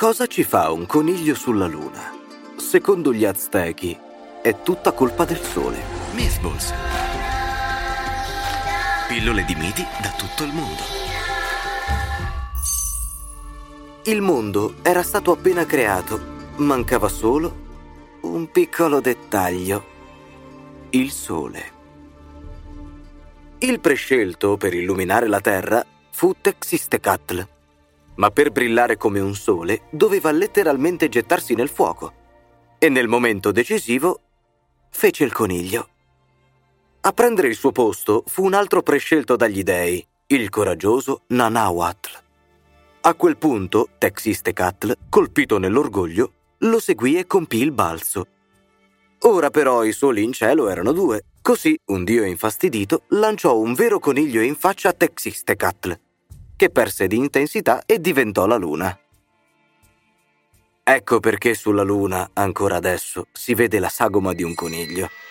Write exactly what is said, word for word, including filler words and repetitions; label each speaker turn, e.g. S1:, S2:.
S1: Cosa ci fa un coniglio sulla Luna? Secondo gli Aztechi, è tutta colpa del sole.
S2: Mythballs. Pillole di miti da tutto il mondo.
S1: Il mondo era stato appena creato, mancava solo un piccolo dettaglio: il sole. Il prescelto per illuminare la Terra fu Texistecatl, ma per brillare come un sole doveva letteralmente gettarsi nel fuoco, e nel momento decisivo fece il coniglio. A prendere il suo posto fu un altro prescelto dagli dei, il coraggioso Nanahuatl. A quel punto Texistecatl, colpito nell'orgoglio, lo seguì e compì il balzo. Ora però i soli in cielo erano due, così un dio infastidito lanciò un vero coniglio in faccia a Texistecatl, che perse di intensità e diventò la luna. Ecco perché sulla luna, ancora adesso, si vede la sagoma di un coniglio.